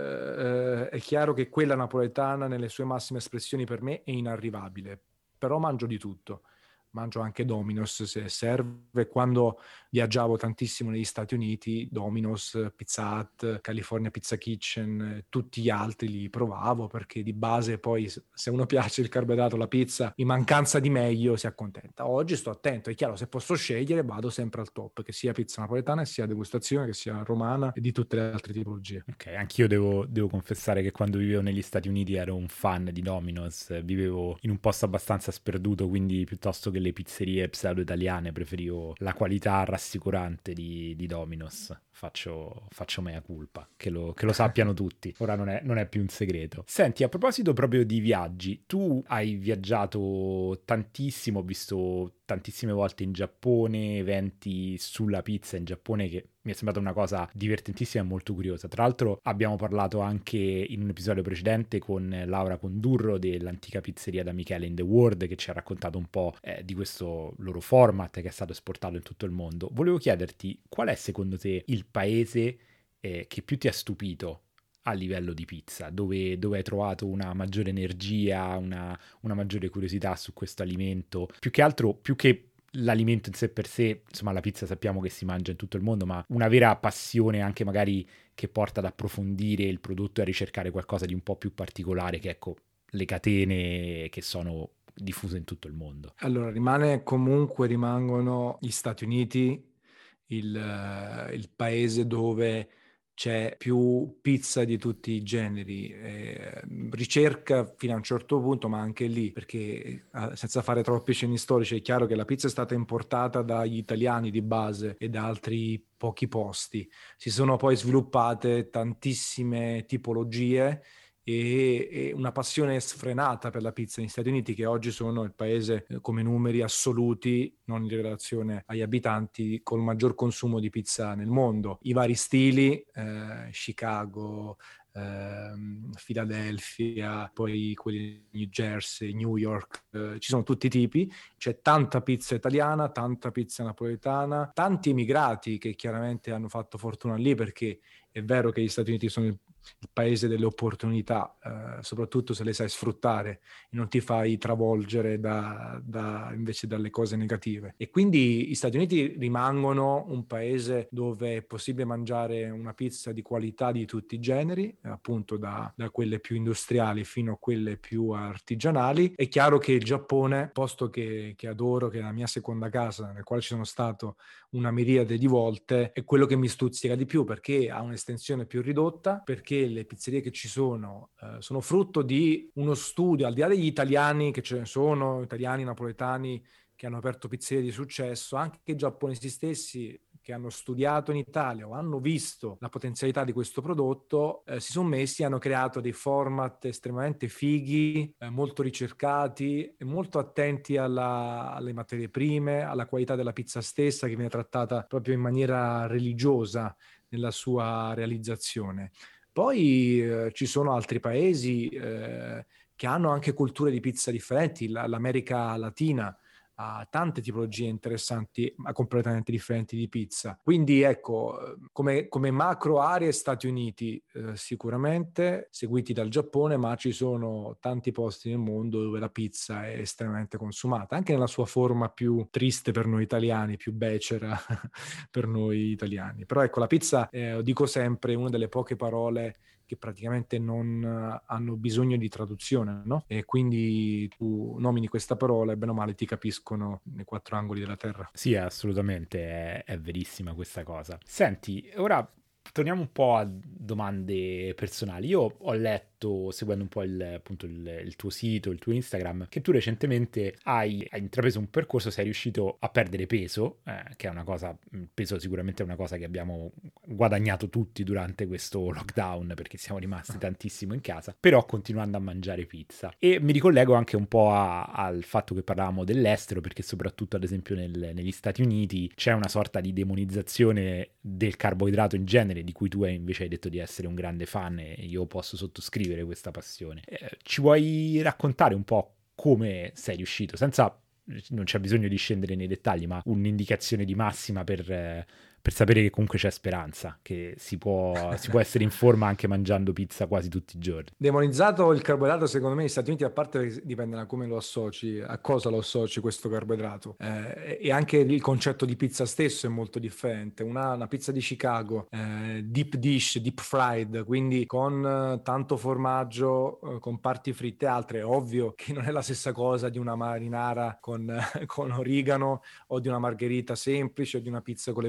è chiaro che quella napoletana nelle sue massime espressioni per me è inarrivabile, però mangio di tutto. Mangio anche Domino's se serve. Quando viaggiavo tantissimo negli Stati Uniti, Domino's, Pizza Hut, California Pizza Kitchen, tutti gli altri li provavo, perché di base poi se uno piace il carboidrato, la pizza, in mancanza di meglio si accontenta. Oggi sto attento, è chiaro, se posso scegliere vado sempre al top, che sia pizza napoletana, che sia degustazione, che sia romana e di tutte le altre tipologie. Ok, anch'io devo confessare che quando vivevo negli Stati Uniti ero un fan di Domino's, vivevo in un posto abbastanza sperduto, quindi piuttosto che delle pizzerie pseudo-italiane, preferivo la qualità rassicurante di Domino's. Faccio mea culpa, che lo sappiano tutti, ora non è più un segreto. Senti, a proposito proprio di viaggi, tu hai viaggiato tantissimo, ho visto tantissime volte in Giappone, eventi sulla pizza in Giappone, che mi è sembrata una cosa divertentissima e molto curiosa. Tra l'altro abbiamo parlato anche in un episodio precedente con Laura Condurro dell'antica pizzeria da Michele in the World, che ci ha raccontato un po' di questo loro format che è stato esportato in tutto il mondo. Volevo chiederti qual è secondo te il paese che più ti ha stupito a livello di pizza, dove hai trovato una maggiore energia, una maggiore curiosità su questo alimento, più che altro, più che l'alimento in sé per sé, insomma la pizza sappiamo che si mangia in tutto il mondo, ma una vera passione anche magari che porta ad approfondire il prodotto e a ricercare qualcosa di un po' più particolare, che ecco, le catene che sono diffuse in tutto il mondo. Allora, rimangono gli Stati Uniti, il paese dove c'è più pizza di tutti i generi, ricerca fino a un certo punto, ma anche lì, perché senza fare troppi cenni storici, è chiaro che la pizza è stata importata dagli italiani di base e da altri pochi posti. Si sono poi sviluppate tantissime tipologie e una passione sfrenata per la pizza negli Stati Uniti, che oggi sono il paese come numeri assoluti, non in relazione agli abitanti, col maggior consumo di pizza nel mondo. I vari stili, Chicago, Philadelphia, poi quelli di New Jersey, New York, ci sono tutti i tipi, c'è tanta pizza italiana, tanta pizza napoletana, tanti emigrati che chiaramente hanno fatto fortuna lì, perché è vero che gli Stati Uniti sono il paese delle opportunità, soprattutto se le sai sfruttare e non ti fai travolgere invece dalle cose negative. E quindi gli Stati Uniti rimangono un paese dove è possibile mangiare una pizza di qualità di tutti i generi, appunto da quelle più industriali fino a quelle più artigianali. È chiaro che il Giappone, posto che adoro, che è la mia seconda casa, nel quale ci sono stato una miriade di volte, è quello che mi stuzzica di più, perché ha un'estensione più ridotta, perché le pizzerie che ci sono frutto di uno studio, al di là degli italiani che ce ne sono, italiani, napoletani che hanno aperto pizzerie di successo, anche i giapponesi stessi che hanno studiato in Italia o hanno visto la potenzialità di questo prodotto, si sono messi e hanno creato dei format estremamente fighi, molto ricercati e molto attenti alle materie prime, alla qualità della pizza stessa, che viene trattata proprio in maniera religiosa nella sua realizzazione. Poi ci sono altri paesi che hanno anche culture di pizza differenti. L'America Latina ha tante tipologie interessanti, ma completamente differenti di pizza. Quindi ecco, come macro aree Stati Uniti sicuramente, seguiti dal Giappone, ma ci sono tanti posti nel mondo dove la pizza è estremamente consumata, anche nella sua forma più triste per noi italiani, più becera per noi italiani. Però ecco, la pizza, dico sempre, è una delle poche parole che praticamente non hanno bisogno di traduzione, no? E quindi tu nomini questa parola e bene o male ti capiscono nei quattro angoli della terra. Sì, assolutamente, è verissima questa cosa. Senti, ora torniamo un po' a domande personali. Io ho letto, seguendo un po' il tuo sito, il tuo Instagram, che tu recentemente hai intrapreso un percorso, sei riuscito a perdere peso, che è una cosa, il peso sicuramente è una cosa che abbiamo guadagnato tutti durante questo lockdown, perché siamo rimasti tantissimo in casa, però continuando a mangiare pizza. E mi ricollego anche un po' al fatto che parlavamo dell'estero, perché soprattutto ad esempio negli Stati Uniti c'è una sorta di demonizzazione del carboidrato in genere, di cui tu invece hai detto di essere un grande fan, e io posso sottoscrivere questa passione. Ci vuoi raccontare un po' come sei riuscito, senza, non c'è bisogno di scendere nei dettagli, ma un'indicazione di massima per sapere che comunque c'è speranza, che si può essere in forma anche mangiando pizza quasi tutti i giorni. Demonizzato il carboidrato, secondo me, negli Stati Uniti, a parte dipende da come lo associ, a cosa lo associ questo carboidrato. E anche il concetto di pizza stesso è molto differente. Una pizza di Chicago, deep dish, deep fried, quindi con tanto formaggio, con parti fritte e altre, è ovvio che non è la stessa cosa di una marinara con origano o di una margherita semplice o di una pizza con le verdure.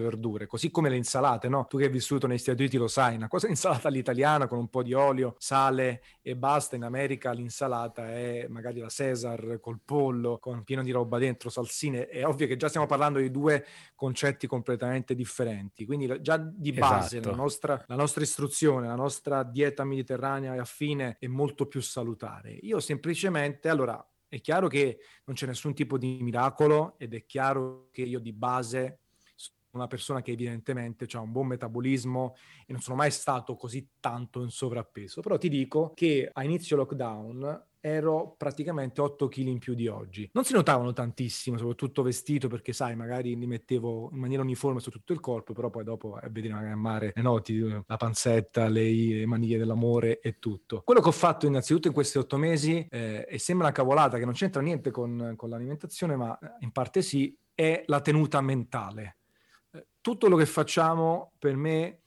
sapore, così come le insalate, no? Tu che hai vissuto negli Stati Uniti lo sai, una cosa è insalata all'italiana con un po' di olio, sale e basta. In America l'insalata è magari la Caesar col pollo, con pieno di roba dentro, salsine. È ovvio che già stiamo parlando di due concetti completamente differenti, quindi già di base Esatto. la nostra istruzione, la nostra dieta mediterranea e affine è molto più salutare. Io semplicemente, allora, è chiaro che non c'è nessun tipo di miracolo ed è chiaro che io di base sono una persona che evidentemente ha un buon metabolismo e non sono mai stato così tanto in sovrappeso, però ti dico che a inizio lockdown ero praticamente 8 kg in più di oggi. Non si notavano tantissimo, soprattutto vestito, perché sai, magari li mettevo in maniera uniforme su tutto il corpo, però poi dopo vedi magari a mare, noti la panzetta, le maniglie dell'amore e tutto. Quello che ho fatto innanzitutto in questi 8 mesi, e sembra una cavolata che non c'entra niente con l'alimentazione, ma in parte sì, è la tenuta mentale. Tutto quello che facciamo per me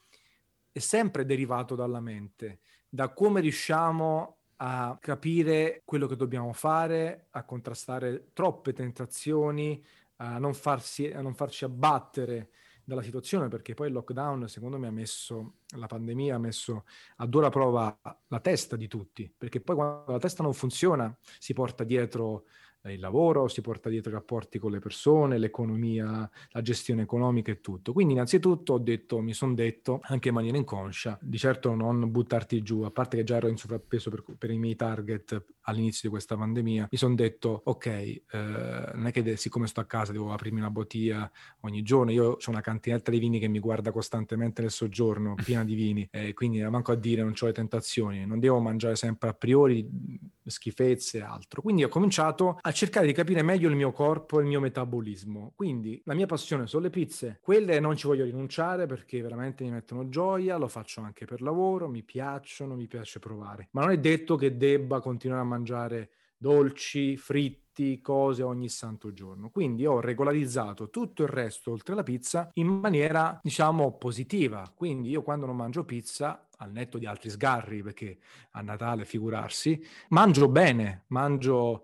è sempre derivato dalla mente, da come riusciamo a capire quello che dobbiamo fare, a contrastare troppe tentazioni, a non farci abbattere dalla situazione, perché poi il lockdown, secondo me, la pandemia ha messo a dura prova la testa di tutti, perché poi quando la testa non funziona si porta dietro il lavoro, si porta dietro i rapporti con le persone, l'economia, la gestione economica e tutto. Quindi innanzitutto mi sono detto, anche in maniera inconscia, di certo non buttarti giù, a parte che già ero in sovrappeso per i miei target all'inizio di questa pandemia, mi sono detto, ok, non è che siccome sto a casa devo aprirmi una bottiglia ogni giorno, io ho una cantinetta di vini che mi guarda costantemente nel soggiorno, piena di vini, quindi manco a dire non ho le tentazioni, non devo mangiare sempre a priori schifezze e altro. Quindi ho cominciato a cercare di capire meglio il mio corpo e il mio metabolismo. Quindi la mia passione sono le pizze, quelle non ci voglio rinunciare perché veramente mi mettono gioia, lo faccio anche per lavoro, mi piacciono, mi piace provare. Ma non è detto che debba continuare a mangiare dolci, fritti, cose ogni santo giorno. Quindi ho regolarizzato tutto il resto oltre la pizza in maniera, diciamo, positiva. Quindi io quando non mangio pizza, al netto di altri sgarri, perché a Natale figurarsi, mangio bene, mangio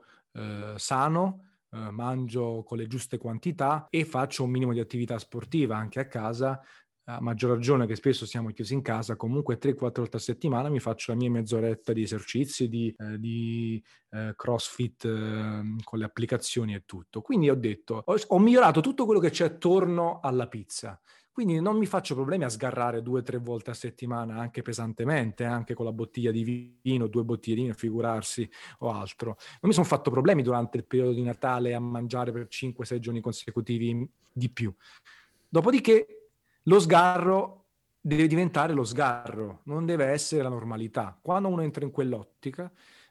sano, mangio con le giuste quantità e faccio un minimo di attività sportiva anche a casa. A maggior ragione che spesso siamo chiusi in casa, comunque 3-4 volte a settimana mi faccio la mia mezz'oretta di esercizi, di CrossFit con le applicazioni e tutto. Quindi ho detto, ho migliorato tutto quello che c'è attorno alla pizza. Quindi non mi faccio problemi a sgarrare 2-3 volte a settimana, anche pesantemente, anche con la bottiglia di vino, 2 bottiglie di vino, figurarsi o altro. Non mi sono fatto problemi durante il periodo di Natale a mangiare per 5-6 giorni consecutivi di più. Dopodiché lo sgarro deve diventare lo sgarro, non deve essere la normalità. Quando uno entra in quell'ottica,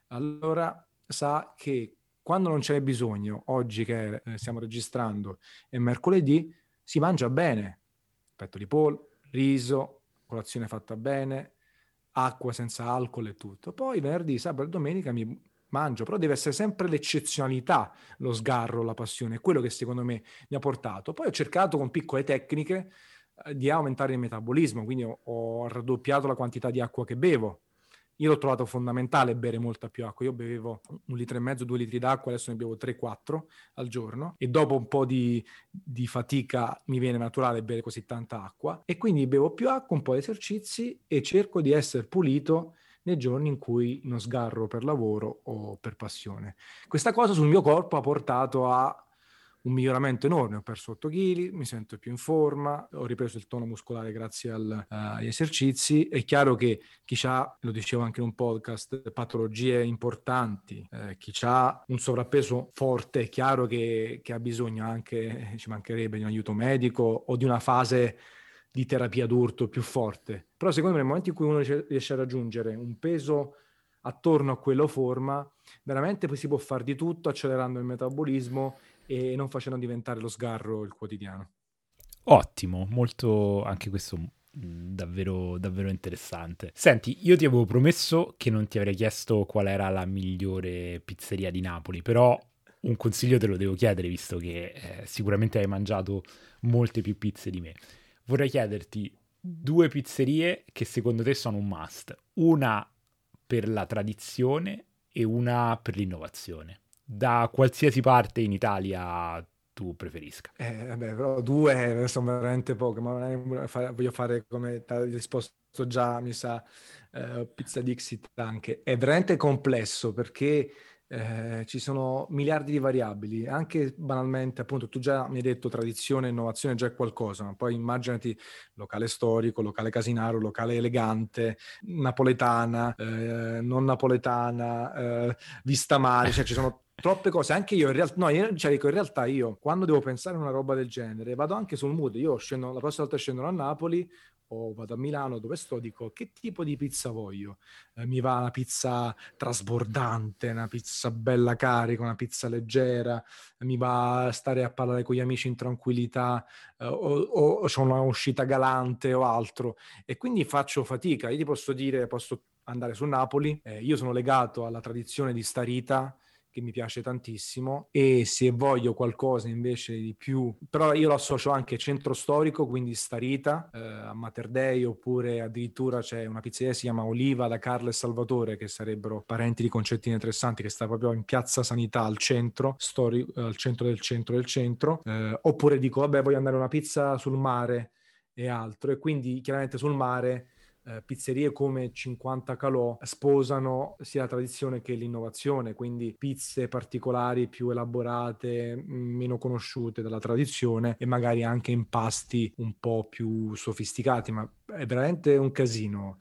allora sa che quando non ce n'è bisogno, oggi che stiamo registrando è mercoledì, si mangia bene, petto di pollo, riso, colazione fatta bene, acqua senza alcol e tutto. Poi venerdì, sabato e domenica mi mangio, però deve essere sempre l'eccezionalità, lo sgarro, la passione, è quello che secondo me mi ha portato. Poi ho cercato con piccole tecniche di aumentare il metabolismo, quindi ho raddoppiato la quantità di acqua che bevo. Io l'ho trovato fondamentale bere molta più acqua. Io bevevo 1,5 litri, 2 litri d'acqua, adesso ne bevo 3-4 al giorno e dopo un po' di fatica mi viene naturale bere così tanta acqua e quindi bevo più acqua, un po' di esercizi e cerco di essere pulito nei giorni in cui non sgarro per lavoro o per passione. Questa cosa sul mio corpo ha portato a un miglioramento enorme, ho perso 8 kg, mi sento più in forma, ho ripreso il tono muscolare grazie agli esercizi. È chiaro che chi ha, lo dicevo anche in un podcast, patologie importanti, chi ha un sovrappeso forte, è chiaro che ha bisogno anche, ci mancherebbe, di un aiuto medico o di una fase di terapia d'urto più forte. Però secondo me nel momento in cui uno riesce a raggiungere un peso attorno a quello forma, veramente poi si può fare di tutto accelerando il metabolismo e non facendo diventare lo sgarro il quotidiano. Ottimo, molto anche questo davvero, davvero interessante. Senti, io ti avevo promesso che non ti avrei chiesto qual era la migliore pizzeria di Napoli, però un consiglio te lo devo chiedere, visto che sicuramente hai mangiato molte più pizze di me. Vorrei chiederti 2 pizzerie che secondo te sono un must. Una per la tradizione e una per l'innovazione. Da qualsiasi parte in Italia tu preferisca. Vabbè, però 2 sono veramente poche, ma non è- voglio fare come ti ho risposto già, mi sa, Pizza Dixit anche. È veramente complesso perché ci sono miliardi di variabili, anche banalmente, appunto, tu già mi hai detto tradizione, innovazione già è qualcosa, ma poi immaginati locale storico, locale casinaro, locale elegante, napoletana, non napoletana, vista mare, cioè ci sono troppe cose. Anche io in realtà, no, cioè, dico, in realtà io quando devo pensare a una roba del genere vado anche sul mood. Io scendo, la prossima volta scendo a Napoli o vado a Milano dove sto, dico che tipo di pizza voglio. Mi va una pizza trasbordante, una pizza bella carica, una pizza leggera, mi va a stare a parlare con gli amici in tranquillità, o c'ho una uscita galante o altro, e quindi faccio fatica. Io ti posso dire, posso andare su Napoli, io sono legato alla tradizione di Starita, che mi piace tantissimo, e se voglio qualcosa invece di più, però io lo associo anche centro storico, quindi Starita, a Mater Dei, oppure addirittura c'è una pizzeria che si chiama Oliva da Carlo e Salvatore, che sarebbero parenti di Concettine Tressanti, che sta proprio in Piazza Sanità al centro, al centro del centro del centro, oppure dico vabbè voglio andare a una pizza sul mare e altro, e quindi chiaramente sul mare pizzerie come 50 Calò sposano sia la tradizione che l'innovazione, quindi pizze particolari più elaborate, meno conosciute dalla tradizione, e magari anche impasti un po' più sofisticati, ma è veramente un casino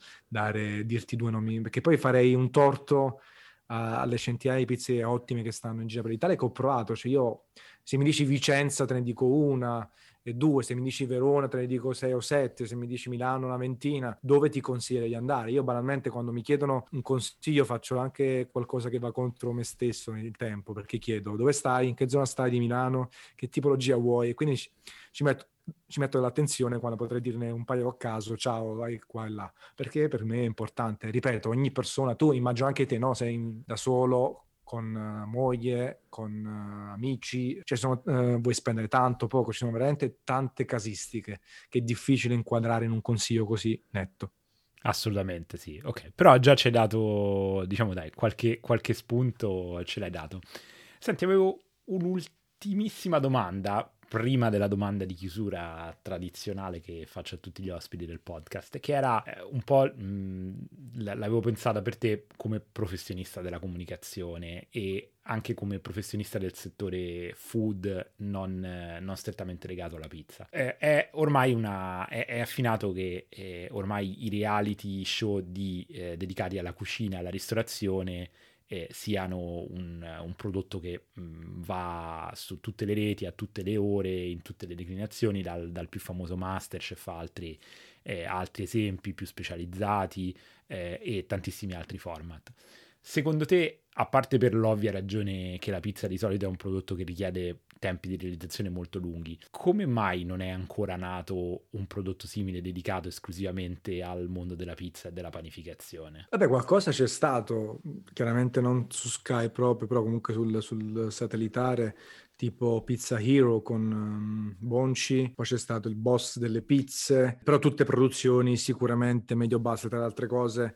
dirti 2 nomi, perché poi farei un torto alle centinaia di pizze ottime che stanno in giro per l'Italia, che ho provato. Cioè io, se mi dici Vicenza te ne dico una e due, se mi dici Verona te ne dico 6 o 7, se mi dici Milano una ventina. Dove ti consiglio di andare? Io banalmente quando mi chiedono un consiglio faccio anche qualcosa che va contro me stesso nel tempo, perché chiedo dove stai, in che zona stai di Milano, che tipologia vuoi, e quindi ci metto dell'attenzione quando potrei dirne un paio a caso, ciao, vai qua e là, perché per me è importante. Ripeto, ogni persona, tu immagino anche te, no? Sei da solo, con moglie, con amici, cioè vuoi spendere tanto, poco, ci sono veramente tante casistiche che è difficile inquadrare in un consiglio così netto. Assolutamente sì, ok. Però già ci hai dato, diciamo dai, qualche spunto ce l'hai dato. Senti, avevo un'ultimissima domanda, prima della domanda di chiusura tradizionale che faccio a tutti gli ospiti del podcast, che era un po', l'avevo pensata per te come professionista della comunicazione e anche come professionista del settore food non strettamente legato alla pizza. È ormai è affinato che ormai i reality show dedicati alla cucina e alla ristorazione siano un prodotto che va su tutte le reti, a tutte le ore, in tutte le declinazioni, dal più famoso MasterChef a altri esempi più specializzati e tantissimi altri format. Secondo te, a parte per l'ovvia ragione che la pizza di solito è un prodotto che richiede tempi di realizzazione molto lunghi, come mai non è ancora nato un prodotto simile dedicato esclusivamente al mondo della pizza e della panificazione? Vabbè, qualcosa c'è stato, chiaramente non su Sky proprio, però comunque sul satellitare, tipo Pizza Hero con Bonci, poi c'è stato il Boss delle pizze, però tutte produzioni sicuramente medio-basse. Tra le altre cose,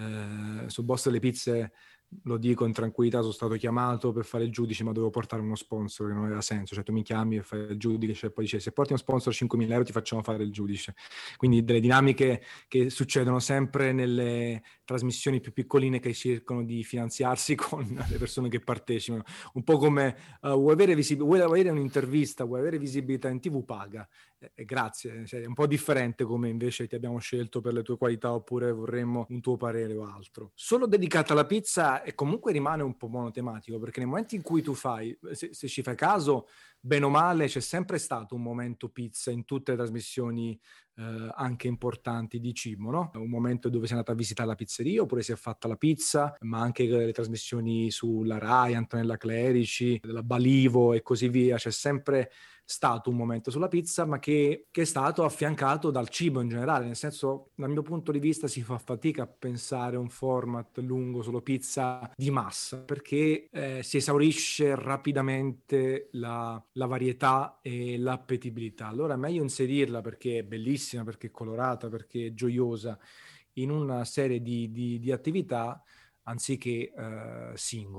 su Boss delle pizze, lo dico in tranquillità, sono stato chiamato per fare il giudice, ma dovevo portare uno sponsor, che non aveva senso. Cioè tu mi chiami e fai il giudice e poi dici se porti uno sponsor 5.000 euro ti facciamo fare il giudice. Quindi delle dinamiche che succedono sempre nelle trasmissioni più piccoline che cercano di finanziarsi con le persone che partecipano. Un po' come vuoi avere un'intervista, vuoi avere visibilità in TV, paga. Grazie, cioè, è un po' differente come invece ti abbiamo scelto per le tue qualità, oppure vorremmo un tuo parere o altro. Solo dedicata alla pizza, e comunque rimane un po' monotematico, perché nel momento in cui tu fai, se ci fai caso, bene o male, c'è sempre stato un momento pizza in tutte le trasmissioni anche importanti di cibo, no? Un momento dove si è andata a visitare la pizzeria oppure si è fatta la pizza, ma anche le trasmissioni sulla Rai, Antonella Clerici, della Balivo e così via. C'è sempre stato un momento sulla pizza, ma che è stato affiancato dal cibo in generale, nel senso, dal mio punto di vista si fa fatica a pensare un format lungo solo pizza di massa, perché si esaurisce rapidamente la varietà e l'appetibilità. Allora è meglio inserirla, perché è bellissima, perché è colorata, perché è gioiosa, in una serie di attività, anziché singola.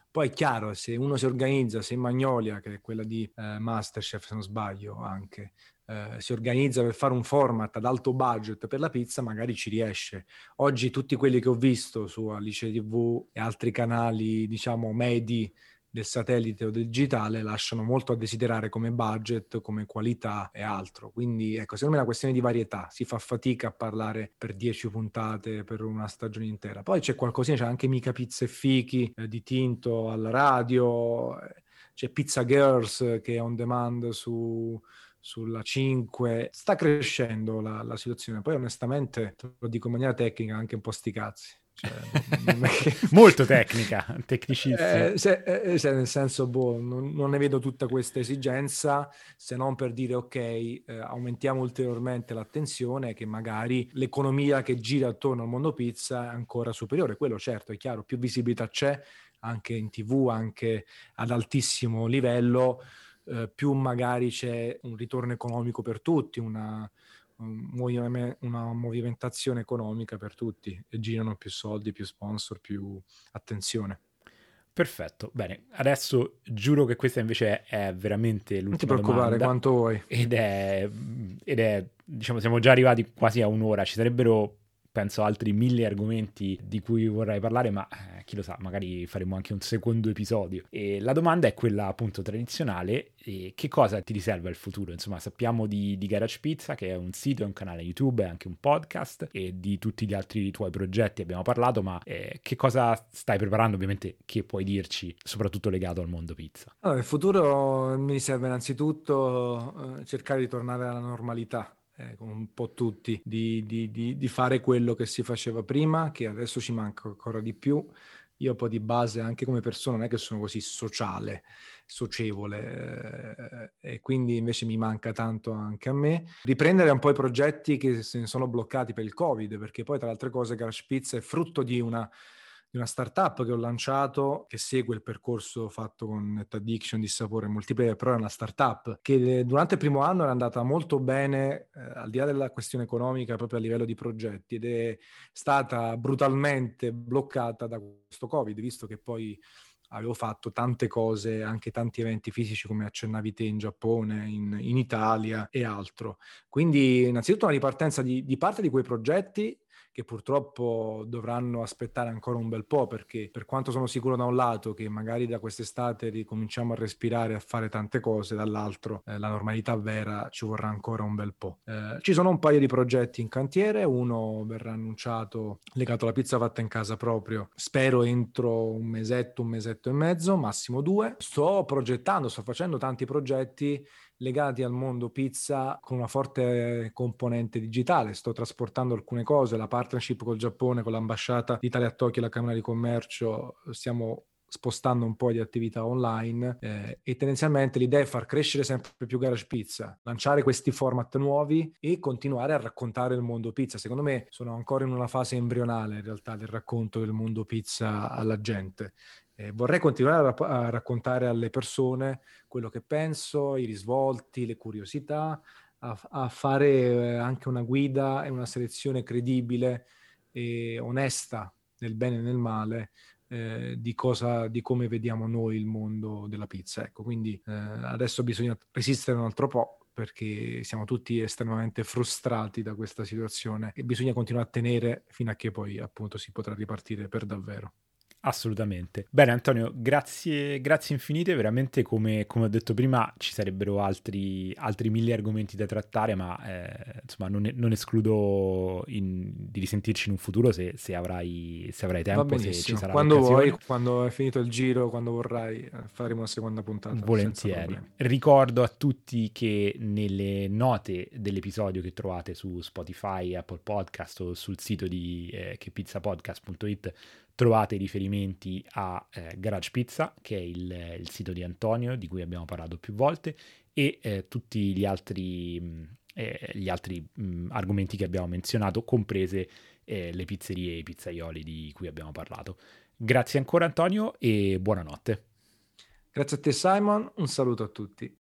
Poi è chiaro, se uno si organizza, se Magnolia, che è quella di Masterchef se non sbaglio anche, si organizza per fare un format ad alto budget per la pizza, magari ci riesce. Oggi tutti quelli che ho visto su Alice TV e altri canali, diciamo, medi del satellite o del digitale lasciano molto a desiderare come budget, come qualità e altro. Quindi ecco, secondo me è una questione di varietà, si fa fatica a parlare per 10 puntate per una stagione intera. Poi c'è qualcosina, c'è anche Mica Pizza e Fichi di Tinto alla radio, c'è Pizza Girls che è on demand sulla 5. Sta crescendo la situazione. Poi onestamente, te lo dico in maniera tecnica, anche un po' sti cazzi. Cioè, non è che... Molto tecnica, tecnicissima. Nel senso, non ne vedo tutta questa esigenza, se non per dire ok, aumentiamo ulteriormente l'attenzione, che magari l'economia che gira attorno al mondo pizza è ancora superiore. Quello certo, è chiaro, più visibilità c'è anche in TV, anche ad altissimo livello, più magari c'è un ritorno economico per tutti, una movimentazione economica per tutti, e girano più soldi, più sponsor, più attenzione. Perfetto, bene, adesso giuro che questa invece è veramente Non ti l'ultima preoccupare, domanda quanto vuoi. ed è, diciamo, siamo già arrivati quasi a un'ora, ci sarebbero penso altri 1000 argomenti di cui vorrei parlare, ma chi lo sa, magari faremo anche un secondo episodio. E la domanda è quella appunto tradizionale: che cosa ti riserva il futuro? Insomma, sappiamo di Garage Pizza, che è un sito, è un canale YouTube, è anche un podcast, e di tutti gli altri tuoi progetti abbiamo parlato, ma che cosa stai preparando? Ovviamente, che puoi dirci, soprattutto legato al mondo pizza? Allora, il futuro mi serve innanzitutto cercare di tornare alla normalità, con un po' tutti, di fare quello che si faceva prima, che adesso ci manca ancora di più. Io poi di base, anche come persona, non è che sono così socievole, e quindi invece mi manca tanto anche a me. Riprendere un po' i progetti che se ne sono bloccati per il Covid, perché poi tra le altre cose Garage Pizza è frutto di una startup che ho lanciato, che segue il percorso fatto con NetAddiction, Dissapore e Multiplayer, però è una startup che durante il primo anno era andata molto bene, al di là della questione economica, proprio a livello di progetti, ed è stata brutalmente bloccata da questo Covid, visto che poi avevo fatto tante cose, anche tanti eventi fisici come accennavi te in Giappone, in Italia e altro. Quindi innanzitutto una ripartenza di parte di quei progetti che purtroppo dovranno aspettare ancora un bel po', perché per quanto sono sicuro da un lato che magari da quest'estate ricominciamo a respirare e a fare tante cose, dall'altro la normalità vera ci vorrà ancora un bel po'. Ci sono un paio di progetti in cantiere, uno verrà annunciato legato alla pizza fatta in casa proprio, spero entro un mesetto e mezzo, massimo 2. Sto facendo tanti progetti legati al mondo pizza con una forte componente digitale. Sto trasportando alcune cose, la partnership col Giappone, con l'ambasciata d'Italia a Tokyo e la Camera di Commercio, stiamo spostando un po' di attività online, e tendenzialmente l'idea è far crescere sempre più Garage Pizza, lanciare questi format nuovi e continuare a raccontare il mondo pizza. Secondo me sono ancora in una fase embrionale in realtà del racconto del mondo pizza alla gente. Vorrei continuare a raccontare alle persone quello che penso, i risvolti, le curiosità, a fare anche una guida e una selezione credibile e onesta nel bene e nel male, di come vediamo noi il mondo della pizza. Ecco, quindi adesso bisogna resistere un altro po', perché siamo tutti estremamente frustrati da questa situazione e bisogna continuare a tenere fino a che poi appunto si potrà ripartire per davvero. Assolutamente. Bene Antonio, grazie infinite, veramente come ho detto prima ci sarebbero altri 1000 argomenti da trattare, ma insomma non escludo di risentirci in un futuro se avrai tempo, se ci sarà quando l'occasione. vuoi, quando è finito il giro, quando vorrai, faremo una seconda puntata. Volentieri. Ricordo a tutti che nelle note dell'episodio che trovate su Spotify, Apple Podcast o sul sito di chepizzapodcast.it trovate i riferimenti a Garage Pizza, che è il sito di Antonio, di cui abbiamo parlato più volte, e tutti gli altri argomenti che abbiamo menzionato, comprese le pizzerie e i pizzaioli di cui abbiamo parlato. Grazie ancora Antonio e buonanotte. Grazie a te Simon, un saluto a tutti.